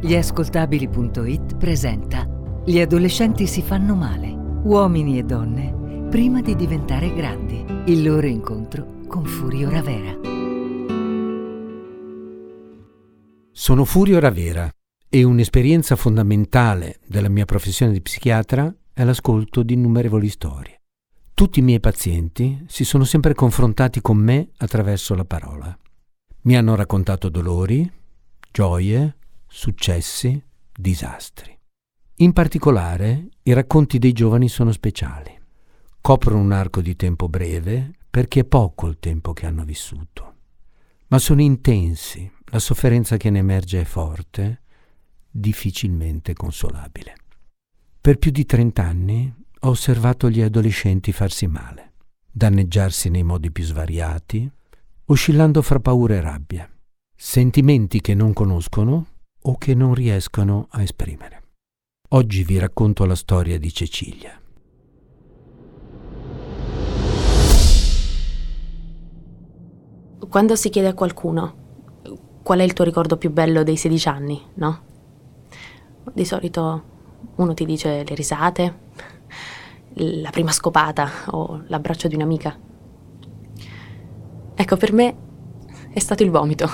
Gli ascoltabili.it presenta Gli adolescenti si fanno male. Uomini e donne prima di diventare grandi. Il loro incontro con Furio Ravera. Sono Furio Ravera e un'esperienza fondamentale della mia professione di psichiatra è l'ascolto di innumerevoli storie. Tutti i miei pazienti si sono sempre confrontati con me attraverso la parola. Mi hanno raccontato dolori, gioie, successi, disastri. In particolare, i racconti dei giovani sono speciali. Coprono un arco di tempo breve perché è poco il tempo che hanno vissuto. Ma sono intensi, la sofferenza che ne emerge è forte, difficilmente consolabile. Per più di 30 anni ho osservato gli adolescenti farsi male, danneggiarsi nei modi più svariati, oscillando fra paura e rabbia, sentimenti che non conoscono o che non riescono a esprimere. Oggi vi racconto la storia di Cecilia. Quando si chiede a qualcuno qual è il tuo ricordo più bello dei 16 anni, no? Di solito uno ti dice le risate, la prima scopata o l'abbraccio di un'amica. Ecco, per me è stato il vomito.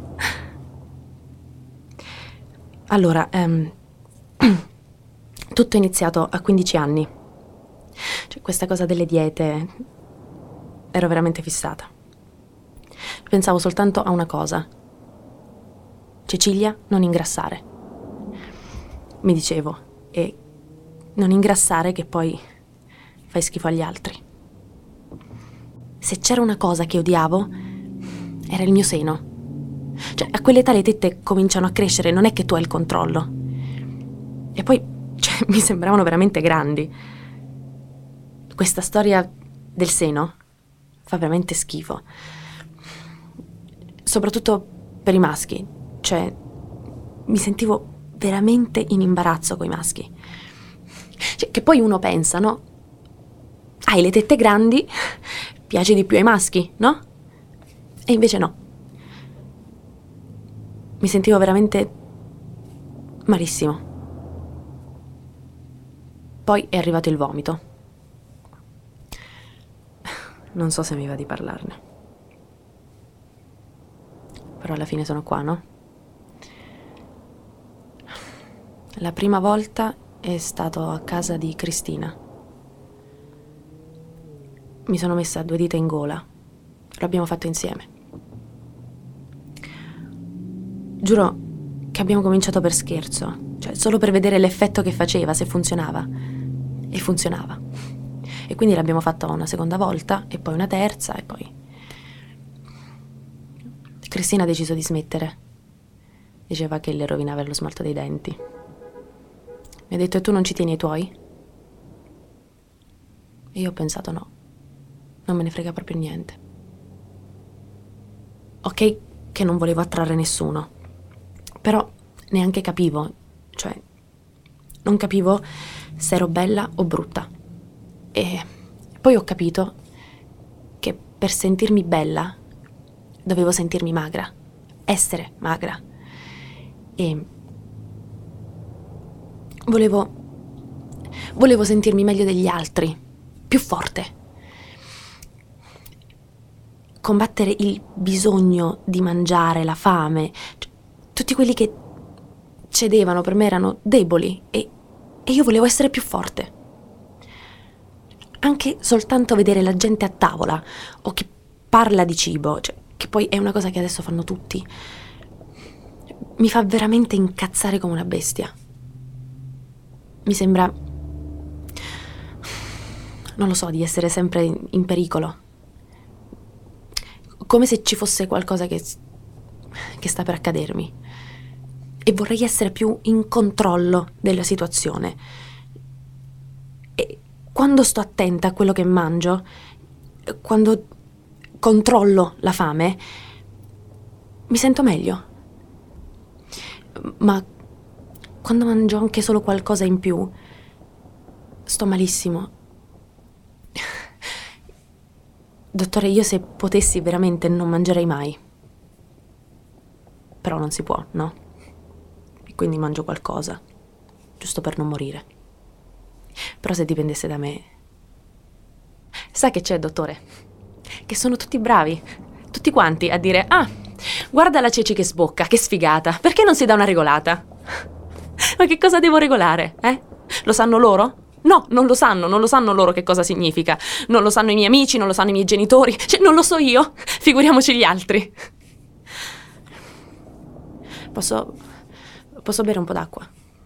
Allora, tutto è iniziato a 15 anni. Cioè, questa cosa delle diete, ero veramente fissata. Pensavo soltanto a una cosa. Cecilia, non ingrassare. Mi dicevo, e non ingrassare che poi fai schifo agli altri. Se c'era una cosa che odiavo, era il mio seno. Cioè, a quell'età le tette cominciano a crescere, non è che tu hai il controllo. E poi, cioè, mi sembravano veramente grandi. Questa storia del seno fa veramente schifo. Soprattutto per i maschi. Cioè, mi sentivo veramente in imbarazzo coi maschi. Cioè, che poi uno pensa, no? Hai le tette grandi, piace di più ai maschi, no? E invece no. Mi sentivo veramente malissimo. Poi è arrivato il vomito. Non so se mi va di parlarne. Però alla fine sono qua, no? La prima volta è stato a casa di Cristina. Mi sono messa 2 dita in gola. Lo abbiamo fatto insieme. Giuro che abbiamo cominciato per scherzo, cioè solo per vedere l'effetto che faceva, se funzionava. E funzionava. E quindi l'abbiamo fatto una seconda volta, e poi una terza, e poi Cristina ha deciso di smettere. Diceva che le rovinava lo smalto dei denti. Mi ha detto: e tu non ci tieni ai tuoi? E io ho pensato: no, non me ne frega proprio niente. Ok che non volevo attrarre nessuno, però neanche capivo, cioè non capivo se ero bella o brutta. E poi ho capito che per sentirmi bella dovevo sentirmi magra, essere magra. E volevo sentirmi meglio degli altri, più forte. Combattere il bisogno di mangiare, la fame. Tutti quelli che cedevano per me erano deboli e io volevo essere più forte. Anche soltanto vedere la gente a tavola o che parla di cibo, cioè, che poi è una cosa che adesso fanno tutti, mi fa veramente incazzare come una bestia. Mi sembra, non lo so, di essere sempre in pericolo. Come se ci fosse qualcosa che sta per accadermi. E vorrei essere più in controllo della situazione. E quando sto attenta a quello che mangio, quando controllo la fame, mi sento meglio. Ma quando mangio anche solo qualcosa in più, sto malissimo. Dottore, io se potessi veramente non mangerei mai. Però non si può, no? quindi mangio qualcosa, giusto per non morire. Però se dipendesse da me... Sai che c'è, dottore? Che sono tutti bravi, tutti quanti, a dire: ah, guarda la Ceci che sbocca, che sfigata, perché non si dà una regolata? Ma che cosa devo regolare, Lo sanno loro? No, non lo sanno loro che cosa significa. Non lo sanno i miei amici, non lo sanno i miei genitori, cioè non lo so io, figuriamoci gli altri. Posso bere un po' d'acqua?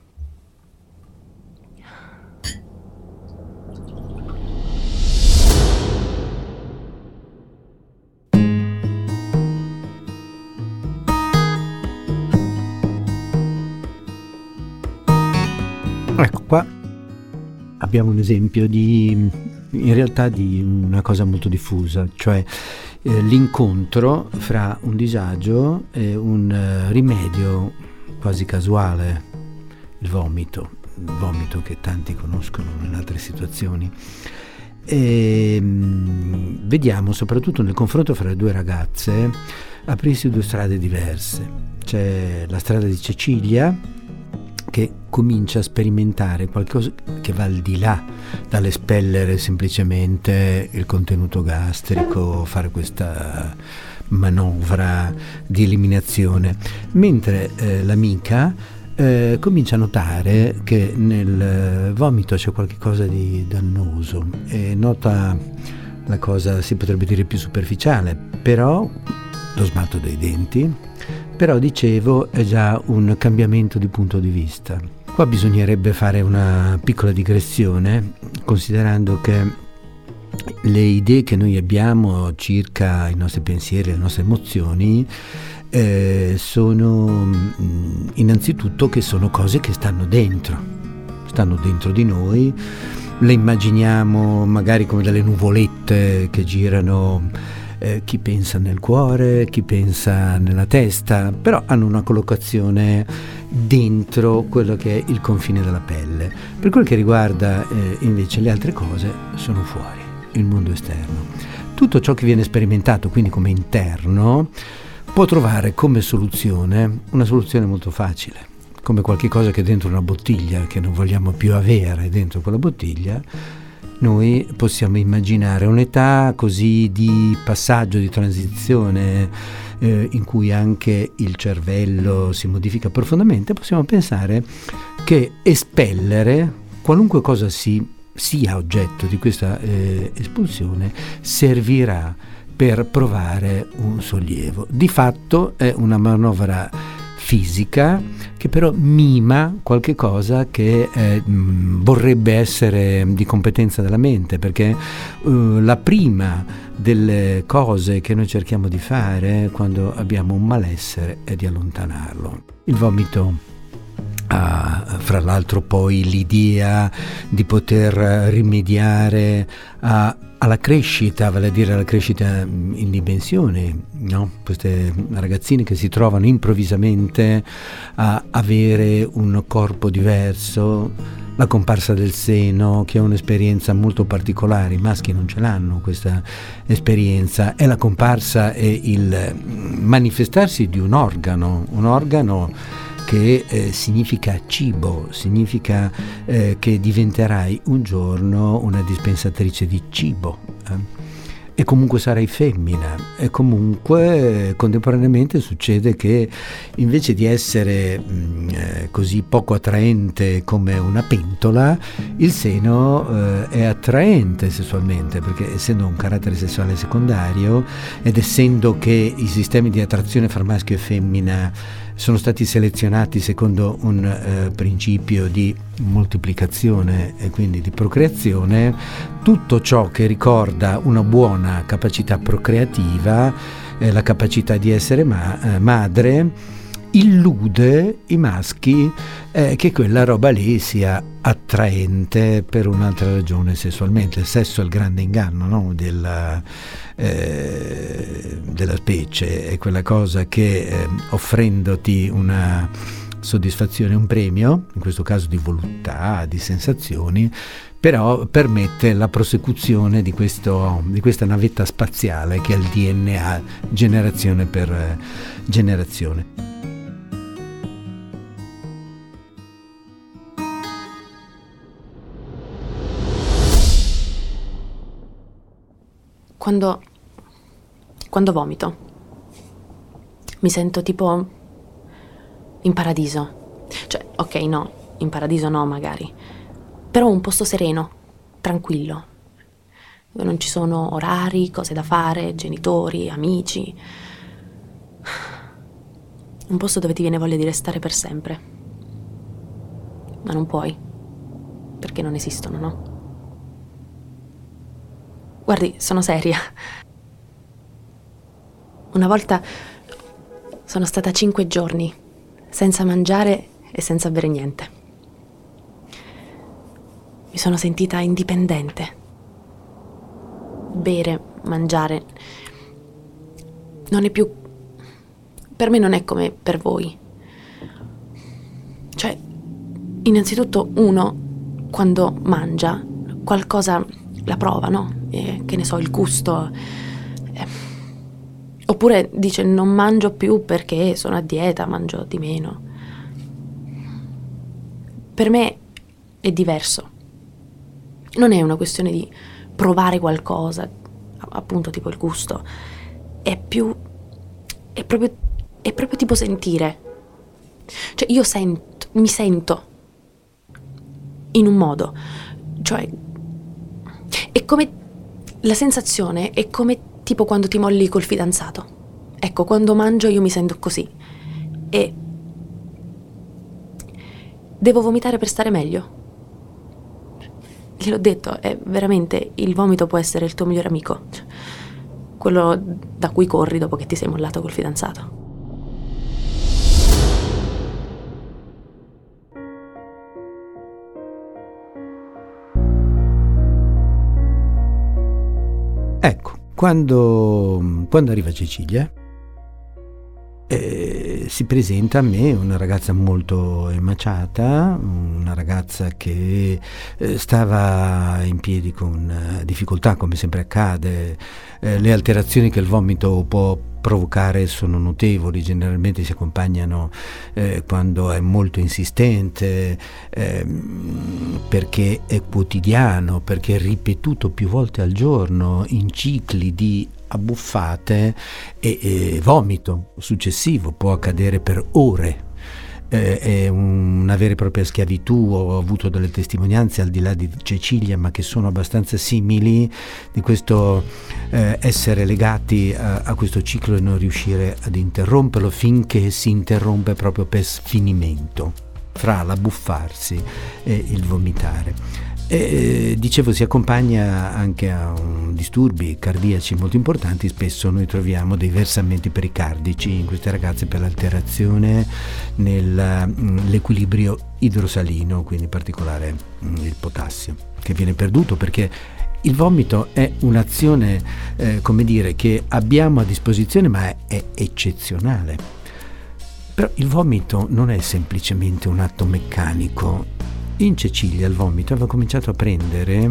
Ecco qua abbiamo un esempio in realtà di una cosa molto diffusa, cioè l'incontro fra un disagio e un rimedio quasi casuale, il vomito che tanti conoscono in altre situazioni. E vediamo soprattutto nel confronto fra le due ragazze aprirsi due strade diverse. C'è la strada di Cecilia, che comincia a sperimentare qualcosa che va al di là dall'espellere semplicemente il contenuto gastrico, fare questa manovra di eliminazione, mentre l'amica comincia a notare che nel vomito c'è qualcosa di dannoso e nota la cosa, si potrebbe dire, più superficiale, però lo smalto dei denti. Però, dicevo, è già un cambiamento di punto di vista. Qua bisognerebbe fare una piccola digressione, considerando che le idee che noi abbiamo circa i nostri pensieri, le nostre emozioni, sono innanzitutto che sono cose che stanno dentro di noi. Le immaginiamo magari come delle nuvolette che girano. Chi pensa nel cuore, chi pensa nella testa, però hanno una collocazione dentro quello che è il confine della pelle. Per quel che riguarda invece le altre cose, sono fuori, il mondo esterno. Tutto ciò che viene sperimentato, quindi come interno, può trovare come soluzione una soluzione molto facile, come qualche cosa che è dentro una bottiglia che non vogliamo più avere dentro quella bottiglia. Noi possiamo immaginare un'età così di passaggio, di transizione, in cui anche il cervello si modifica profondamente. Possiamo pensare che espellere qualunque cosa sia oggetto di questa espulsione servirà per provare un sollievo. Di fatto è una manovra fisica che però mima qualche cosa che vorrebbe essere di competenza della mente, perché la prima delle cose che noi cerchiamo di fare quando abbiamo un malessere è di allontanarlo. Il vomito ha fra l'altro poi l'idea di poter rimediare alla crescita, vale a dire alla crescita in dimensioni, no? Queste ragazzine che si trovano improvvisamente a avere un corpo diverso, la comparsa del seno, che è un'esperienza molto particolare, i maschi non ce l'hanno questa esperienza, è la comparsa e il manifestarsi di un organo che significa cibo, significa che diventerai un giorno una dispensatrice di cibo, e comunque sarai femmina, e comunque contemporaneamente succede che invece di essere così poco attraente come una pentola, il seno è attraente sessualmente, perché essendo un carattere sessuale secondario ed essendo che i sistemi di attrazione fra maschio e femmina sono stati selezionati secondo un principio di moltiplicazione e quindi di procreazione, tutto ciò che ricorda una buona capacità procreativa, la capacità di essere madre, illude i maschi che quella roba lì sia attraente per un'altra ragione sessualmente. Il sesso è il grande inganno, no? della specie, è quella cosa che offrendoti una soddisfazione, un premio, in questo caso di voluttà, di sensazioni, però permette la prosecuzione di questa navetta spaziale che è il DNA, generazione per generazione. quando vomito mi sento tipo in paradiso. Cioè, ok, no, in paradiso no magari, però un posto sereno, tranquillo, dove non ci sono orari, cose da fare, genitori, amici. Un posto dove ti viene voglia di restare per sempre. Ma non puoi, perché non esistono, no? Guardi, sono seria. Una volta sono stata 5 giorni senza mangiare e senza bere niente. Mi sono sentita indipendente. Bere, mangiare non è più... Per me non è come per voi. Cioè, innanzitutto uno, quando mangia, qualcosa la prova, no? Che ne so, il gusto. Oppure dice non mangio più perché sono a dieta, mangio di meno. Per me è diverso. Non è una questione di provare qualcosa, appunto tipo il gusto. È proprio tipo sentire. Cioè io mi sento in un modo. Cioè è come la sensazione è come tipo quando ti molli col fidanzato. Ecco, quando mangio io mi sento così. E devo vomitare per stare meglio. Gliel'ho detto, è veramente, il vomito può essere il tuo migliore amico. Quello da cui corri dopo che ti sei mollato col fidanzato. Ecco, quando arriva Cecilia, si presenta a me una ragazza molto emaciata, una ragazza che stava in piedi con difficoltà, come sempre accade. Le alterazioni che il vomito può provocare sono notevoli, generalmente si accompagnano quando è molto insistente, perché è quotidiano, perché è ripetuto più volte al giorno in cicli di abbuffate e vomito successivo, può accadere per ore. È una vera e propria schiavitù. Ho avuto delle testimonianze al di là di Cecilia, ma che sono abbastanza simili, di questo essere legati a questo ciclo e non riuscire ad interromperlo, finché si interrompe proprio per sfinimento fra l'abbuffarsi e il vomitare. Dicevo, si accompagna anche a disturbi cardiaci molto importanti. Spesso noi troviamo dei versamenti pericardici in queste ragazze per l'alterazione nell'equilibrio idrosalino, quindi in particolare il potassio, che viene perduto perché il vomito è un'azione, come dire, che abbiamo a disposizione, ma è eccezionale. Però il vomito non è semplicemente un atto meccanico. In Cecilia il vomito aveva cominciato a prendere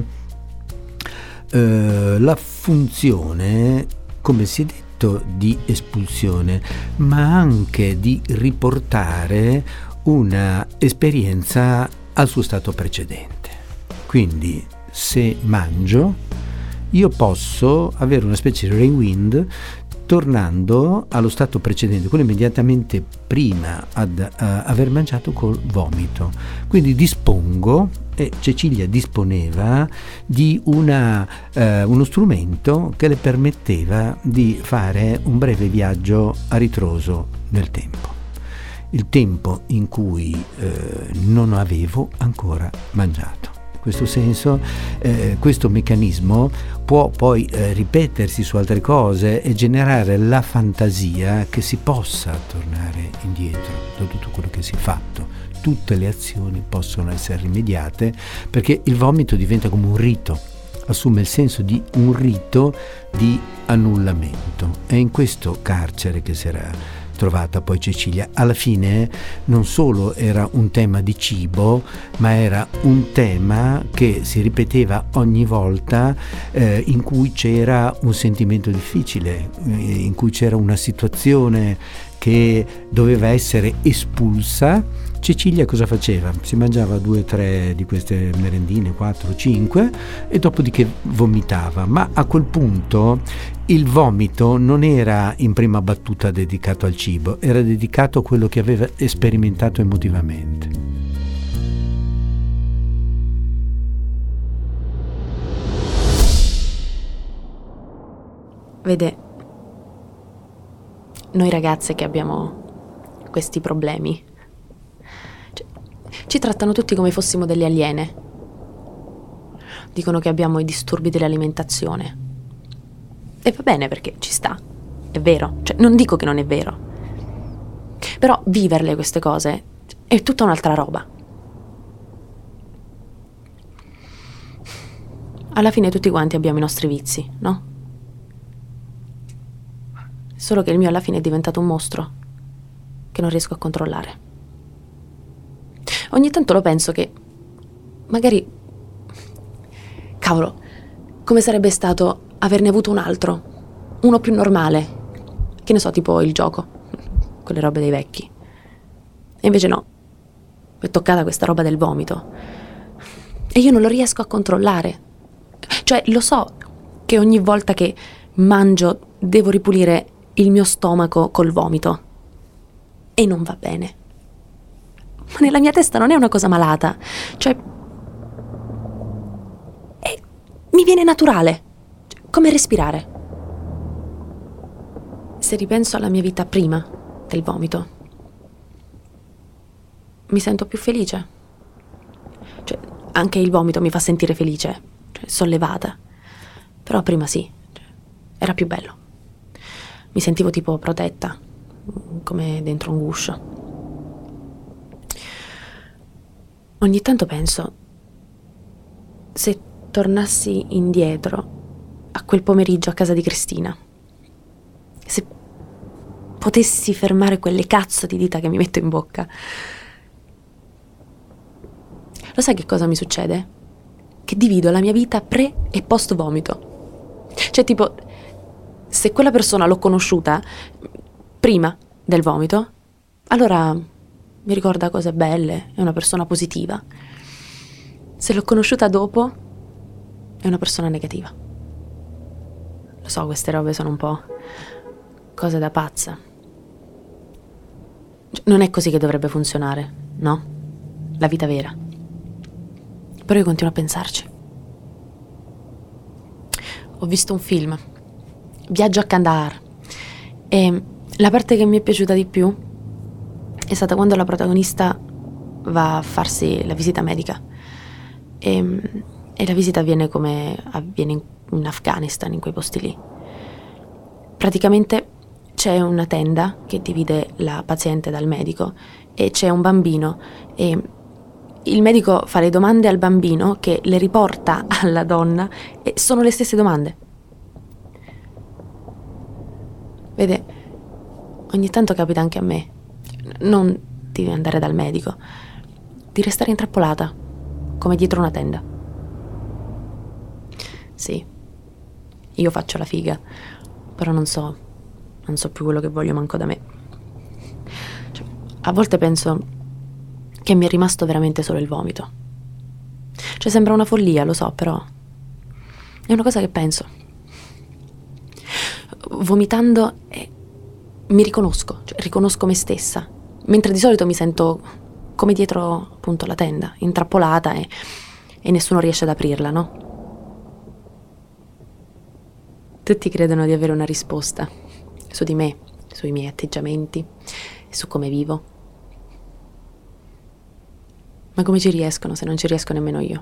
la funzione, come si è detto, di espulsione, ma anche di riportare una esperienza al suo stato precedente. Quindi se mangio io posso avere una specie di rewind, tornando allo stato precedente, quello immediatamente prima ad aver mangiato col vomito. Quindi dispongo, e Cecilia disponeva di uno strumento che le permetteva di fare un breve viaggio a ritroso nel tempo, il tempo in cui non avevo ancora mangiato. In questo senso questo meccanismo può poi ripetersi su altre cose e generare la fantasia che si possa tornare indietro da tutto quello che si è fatto. Tutte le azioni possono essere rimediate, perché il vomito diventa come un rito, assume il senso di un rito di annullamento. È in questo carcere che si era trovata poi Cecilia. Alla fine non solo era un tema di cibo, ma era un tema che si ripeteva ogni volta in cui c'era un sentimento difficile, in cui c'era una situazione che doveva essere espulsa. Cecilia cosa faceva? Si mangiava 2 o 3 di queste merendine, 4 o 5, e dopodiché vomitava, ma a quel punto il vomito non era in prima battuta dedicato al cibo, era dedicato a quello che aveva sperimentato emotivamente. Vede, noi ragazze che abbiamo questi problemi, ci trattano tutti come fossimo delle aliene. Dicono che abbiamo i disturbi dell'alimentazione. E va bene, perché ci sta, è vero, non dico che non è vero. Però viverle queste cose è tutta un'altra roba. Alla fine tutti quanti abbiamo i nostri vizi, no? Solo che il mio alla fine è diventato un mostro che non riesco a controllare. Ogni tanto lo penso che magari, cavolo, come sarebbe stato averne avuto un altro, uno più normale, che ne so, tipo il gioco, quelle robe dei vecchi. E invece no, mi è toccata questa roba del vomito e io non lo riesco a controllare. Lo so che ogni volta che mangio devo ripulire il mio stomaco col vomito e non va bene. Ma nella mia testa non è una cosa malata, mi viene naturale, come respirare. Se ripenso alla mia vita prima del vomito, mi sento più felice. Anche il vomito mi fa sentire felice, sollevata. Però prima sì, era più bello. Mi sentivo tipo protetta, come dentro un guscio. Ogni tanto penso, se tornassi indietro a quel pomeriggio a casa di Cristina, se potessi fermare quelle cazzo di dita che mi metto in bocca. Lo sai che cosa mi succede? Che divido la mia vita pre e post vomito. Tipo, se quella persona l'ho conosciuta prima del vomito, allora mi ricorda cose belle, è una persona positiva. Se l'ho conosciuta dopo, è una persona negativa. Lo so, queste robe sono un po' cose da pazza. Non è così che dovrebbe funzionare, no? La vita vera. Però io continuo a pensarci. Ho visto un film, Viaggio a Kandahar, e la parte che mi è piaciuta di più è stata quando la protagonista va a farsi la visita medica e la visita avviene come avviene in Afghanistan, in quei posti lì. Praticamente c'è una tenda che divide la paziente dal medico e c'è un bambino e il medico fa le domande al bambino che le riporta alla donna e sono le stesse domande. Vede, ogni tanto capita anche a me, non di andare dal medico, di restare intrappolata, come dietro una tenda. Sì, io faccio la figa, però non so più quello che voglio manco da me. A volte penso che mi è rimasto veramente solo il vomito. Sembra una follia, lo so, però è una cosa che penso. Vomitando mi riconosco, riconosco me stessa, mentre di solito mi sento come dietro appunto la tenda, intrappolata e nessuno riesce ad aprirla, no? Tutti credono di avere una risposta su di me, sui miei atteggiamenti, su come vivo. Ma come ci riescono se non ci riesco nemmeno io?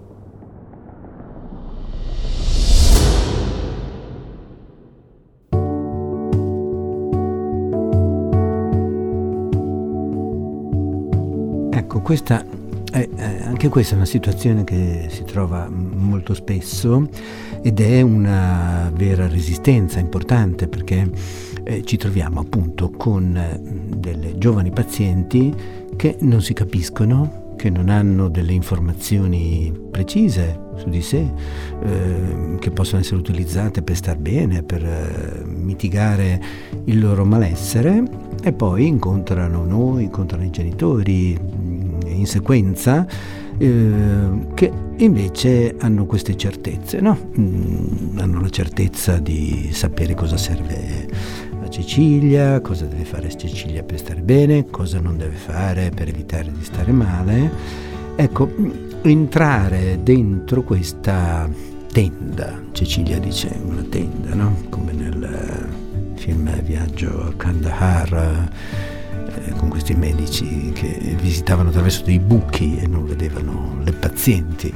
Ecco, anche questa è una situazione che si trova molto spesso ed è una vera resistenza importante, perché ci troviamo appunto con delle giovani pazienti che non si capiscono, che non hanno delle informazioni precise su di sé, che possono essere utilizzate per star bene, per mitigare il loro malessere, e poi incontrano noi, incontrano i genitori in sequenza, che invece hanno queste certezze, no? Hanno la certezza di sapere cosa serve a Cecilia, cosa deve fare Cecilia per stare bene, cosa non deve fare per evitare di stare male. Ecco, entrare dentro questa tenda, Cecilia dice una tenda, no? Come nel film Viaggio a Kandahar, con questi medici che visitavano attraverso dei buchi e non vedevano le pazienti.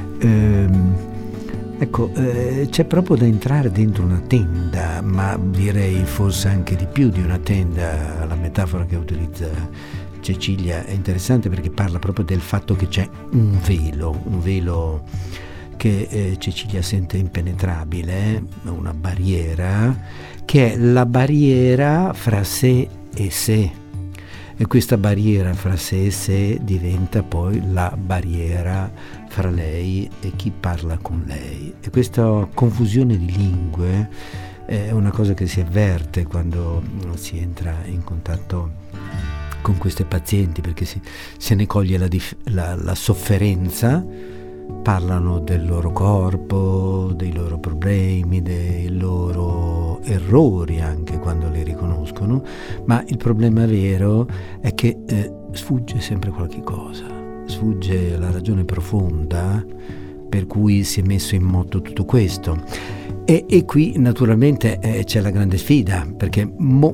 C'è proprio da entrare dentro una tenda, ma direi forse anche di più di una tenda. La metafora che utilizza Cecilia è interessante perché parla proprio del fatto che c'è un velo che Cecilia sente impenetrabile, una barriera, che è la barriera fra sé e sé. E questa barriera fra sé e sé diventa poi la barriera fra lei e chi parla con lei. E questa confusione di lingue è una cosa che si avverte quando si entra in contatto con queste pazienti, perché se ne coglie la sofferenza. Parlano del loro corpo, dei loro problemi, dei loro errori anche quando li riconoscono, ma il problema vero è che sfugge sempre qualche cosa, sfugge la ragione profonda per cui si è messo in moto tutto questo. E qui naturalmente c'è la grande sfida, perché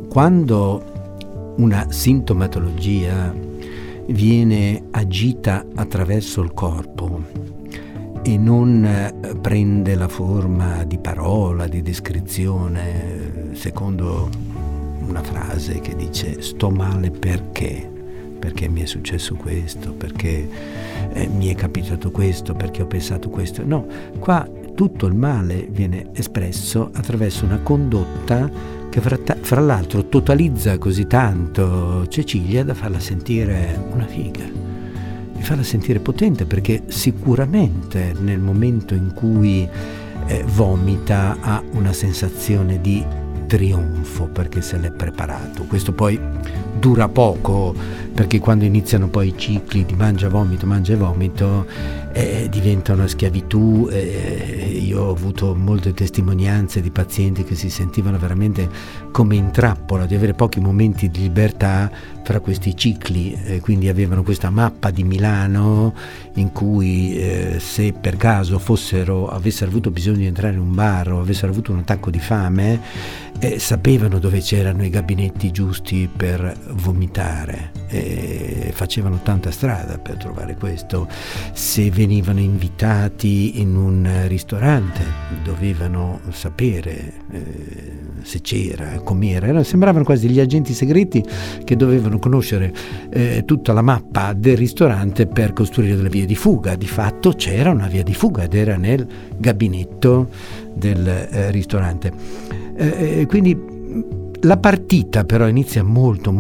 quando una sintomatologia viene agita attraverso il corpo e non prende la forma di parola, di descrizione, secondo una frase che dice sto male perché mi è successo questo, perché mi è capitato questo, perché ho pensato questo. No, qua tutto il male viene espresso attraverso una condotta che fra l'altro totalizza così tanto Cecilia da farla sentire una figa, di farla sentire potente, perché sicuramente nel momento in cui vomita ha una sensazione di trionfo perché se l'è preparato. Questo poi dura poco, perché quando iniziano poi i cicli di mangia e vomito diventa una schiavitù. Io ho avuto molte testimonianze di pazienti che si sentivano veramente come in trappola, di avere pochi momenti di libertà fra questi cicli, quindi avevano questa mappa di Milano in cui se per caso avessero avuto bisogno di entrare in un bar o avessero avuto un attacco di fame, sapevano dove c'erano i gabinetti giusti per vomitare, facevano tanta strada per trovare questo. Se venivano invitati in un ristorante dovevano sapere se c'era, com'era, sembravano quasi degli agenti segreti che dovevano conoscere tutta la mappa del ristorante per costruire delle vie di fuga. Di fatto c'era una via di fuga ed era nel gabinetto del ristorante. Quindi la partita però inizia molto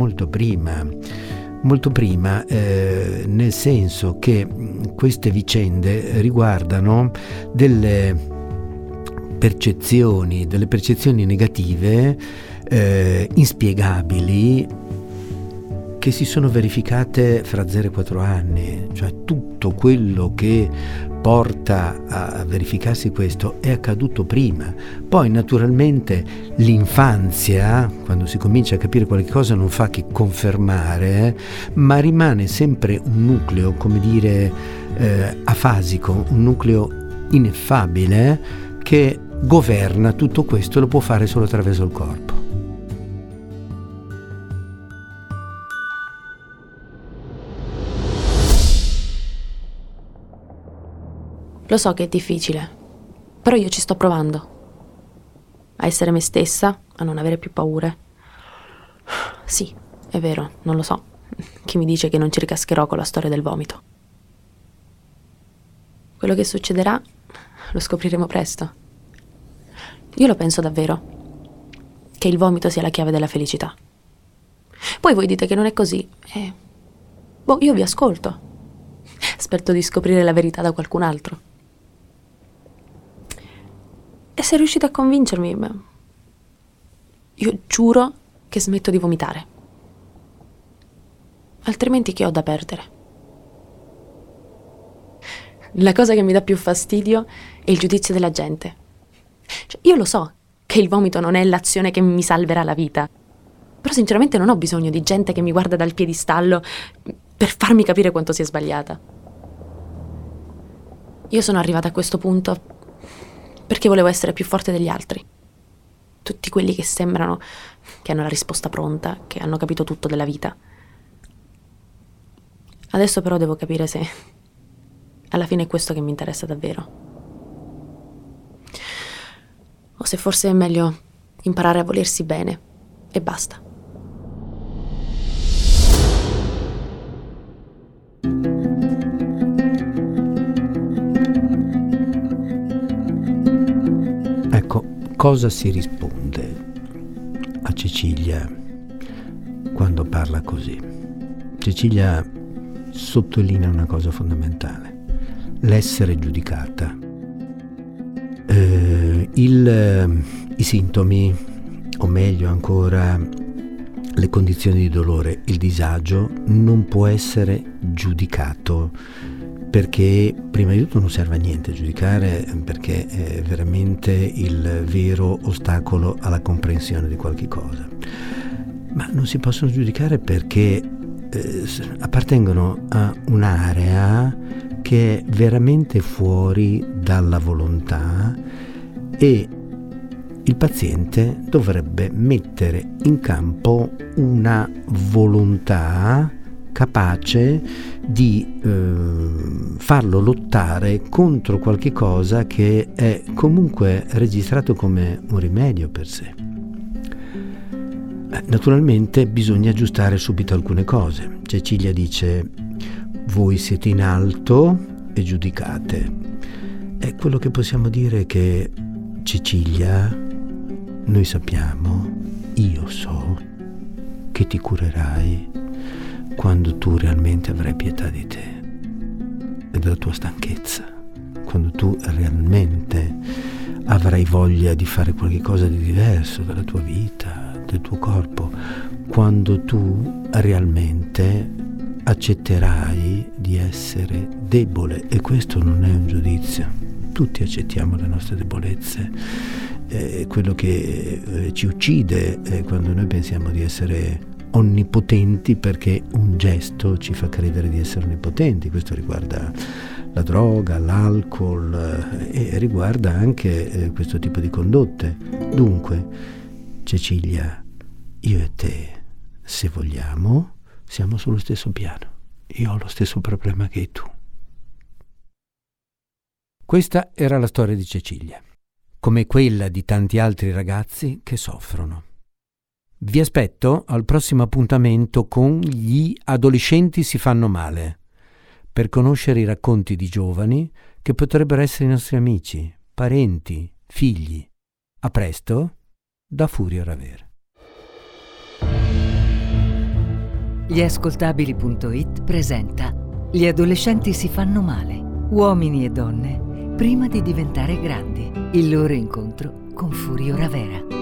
prima, nel senso che queste vicende riguardano delle percezioni negative inspiegabili che si sono verificate fra 0 e 4 anni, cioè tutto quello che porta a verificarsi questo è accaduto prima. Poi naturalmente l'infanzia, quando si comincia a capire qualche cosa, non fa che confermare, ma rimane sempre un nucleo, come dire, afasico, un nucleo ineffabile che governa tutto questo. Lo può fare solo attraverso il corpo. Lo so che è difficile, però io ci sto provando. A essere me stessa, a non avere più paure. Sì, è vero, non lo so. Chi mi dice che non ci ricascherò con la storia del vomito? Quello che succederà lo scopriremo presto. Io lo penso davvero, che il vomito sia la chiave della felicità. Poi voi dite che non è così. Io vi ascolto. Aspetto di scoprire la verità da qualcun altro. E se riuscite a convincermi, io giuro che smetto di vomitare. Altrimenti che ho da perdere? La cosa che mi dà più fastidio è il giudizio della gente. Cioè, io lo so che il vomito non è l'azione che mi salverà la vita, però sinceramente non ho bisogno di gente che mi guarda dal piedistallo per farmi capire quanto sia sbagliata. Io sono arrivata a questo punto perché volevo essere più forte degli altri. Tutti quelli che sembrano che hanno la risposta pronta, che hanno capito tutto della vita. Adesso però devo capire se alla fine è questo che mi interessa davvero. O se forse è meglio imparare a volersi bene e basta. Ecco, cosa si risponde a Cecilia quando parla così? Cecilia sottolinea una cosa fondamentale: l'essere giudicata. I sintomi, o meglio ancora le condizioni di dolore, il disagio, non può essere giudicato, perché prima di tutto non serve a niente giudicare, perché è veramente il vero ostacolo alla comprensione di qualche cosa. Ma non si possono giudicare perché appartengono a un'area che è veramente fuori dalla volontà, e il paziente dovrebbe mettere in campo una volontà capace di farlo lottare contro qualche cosa che è comunque registrato come un rimedio per sé. Naturalmente bisogna aggiustare subito alcune cose. Cecilia dice: voi siete in alto e giudicate. E quello che possiamo dire è che, Cecilia, noi sappiamo, io so, che ti curerai quando tu realmente avrai pietà di te e della tua stanchezza, quando tu realmente avrai voglia di fare qualcosa di diverso dalla tua vita, del tuo corpo, quando tu realmente accetterai di essere debole. E questo non è un giudizio. Tutti accettiamo le nostre debolezze. Quello che ci uccide è quando noi pensiamo di essere onnipotenti perché un gesto ci fa credere di essere onnipotenti. Questo riguarda la droga, l'alcol e riguarda anche questo tipo di condotte. Dunque, Cecilia, io e te, se vogliamo, siamo sullo stesso piano. Io ho lo stesso problema che hai tu. Questa era la storia di Cecilia, come quella di tanti altri ragazzi che soffrono. Vi aspetto al prossimo appuntamento con Gli adolescenti si fanno male, per conoscere i racconti di giovani che potrebbero essere i nostri amici, parenti, figli. A presto, da Furio Ravera. Gli ascoltabili.it presenta Gli adolescenti si fanno male, uomini e donne prima di diventare grandi, il loro incontro con Furio Ravera.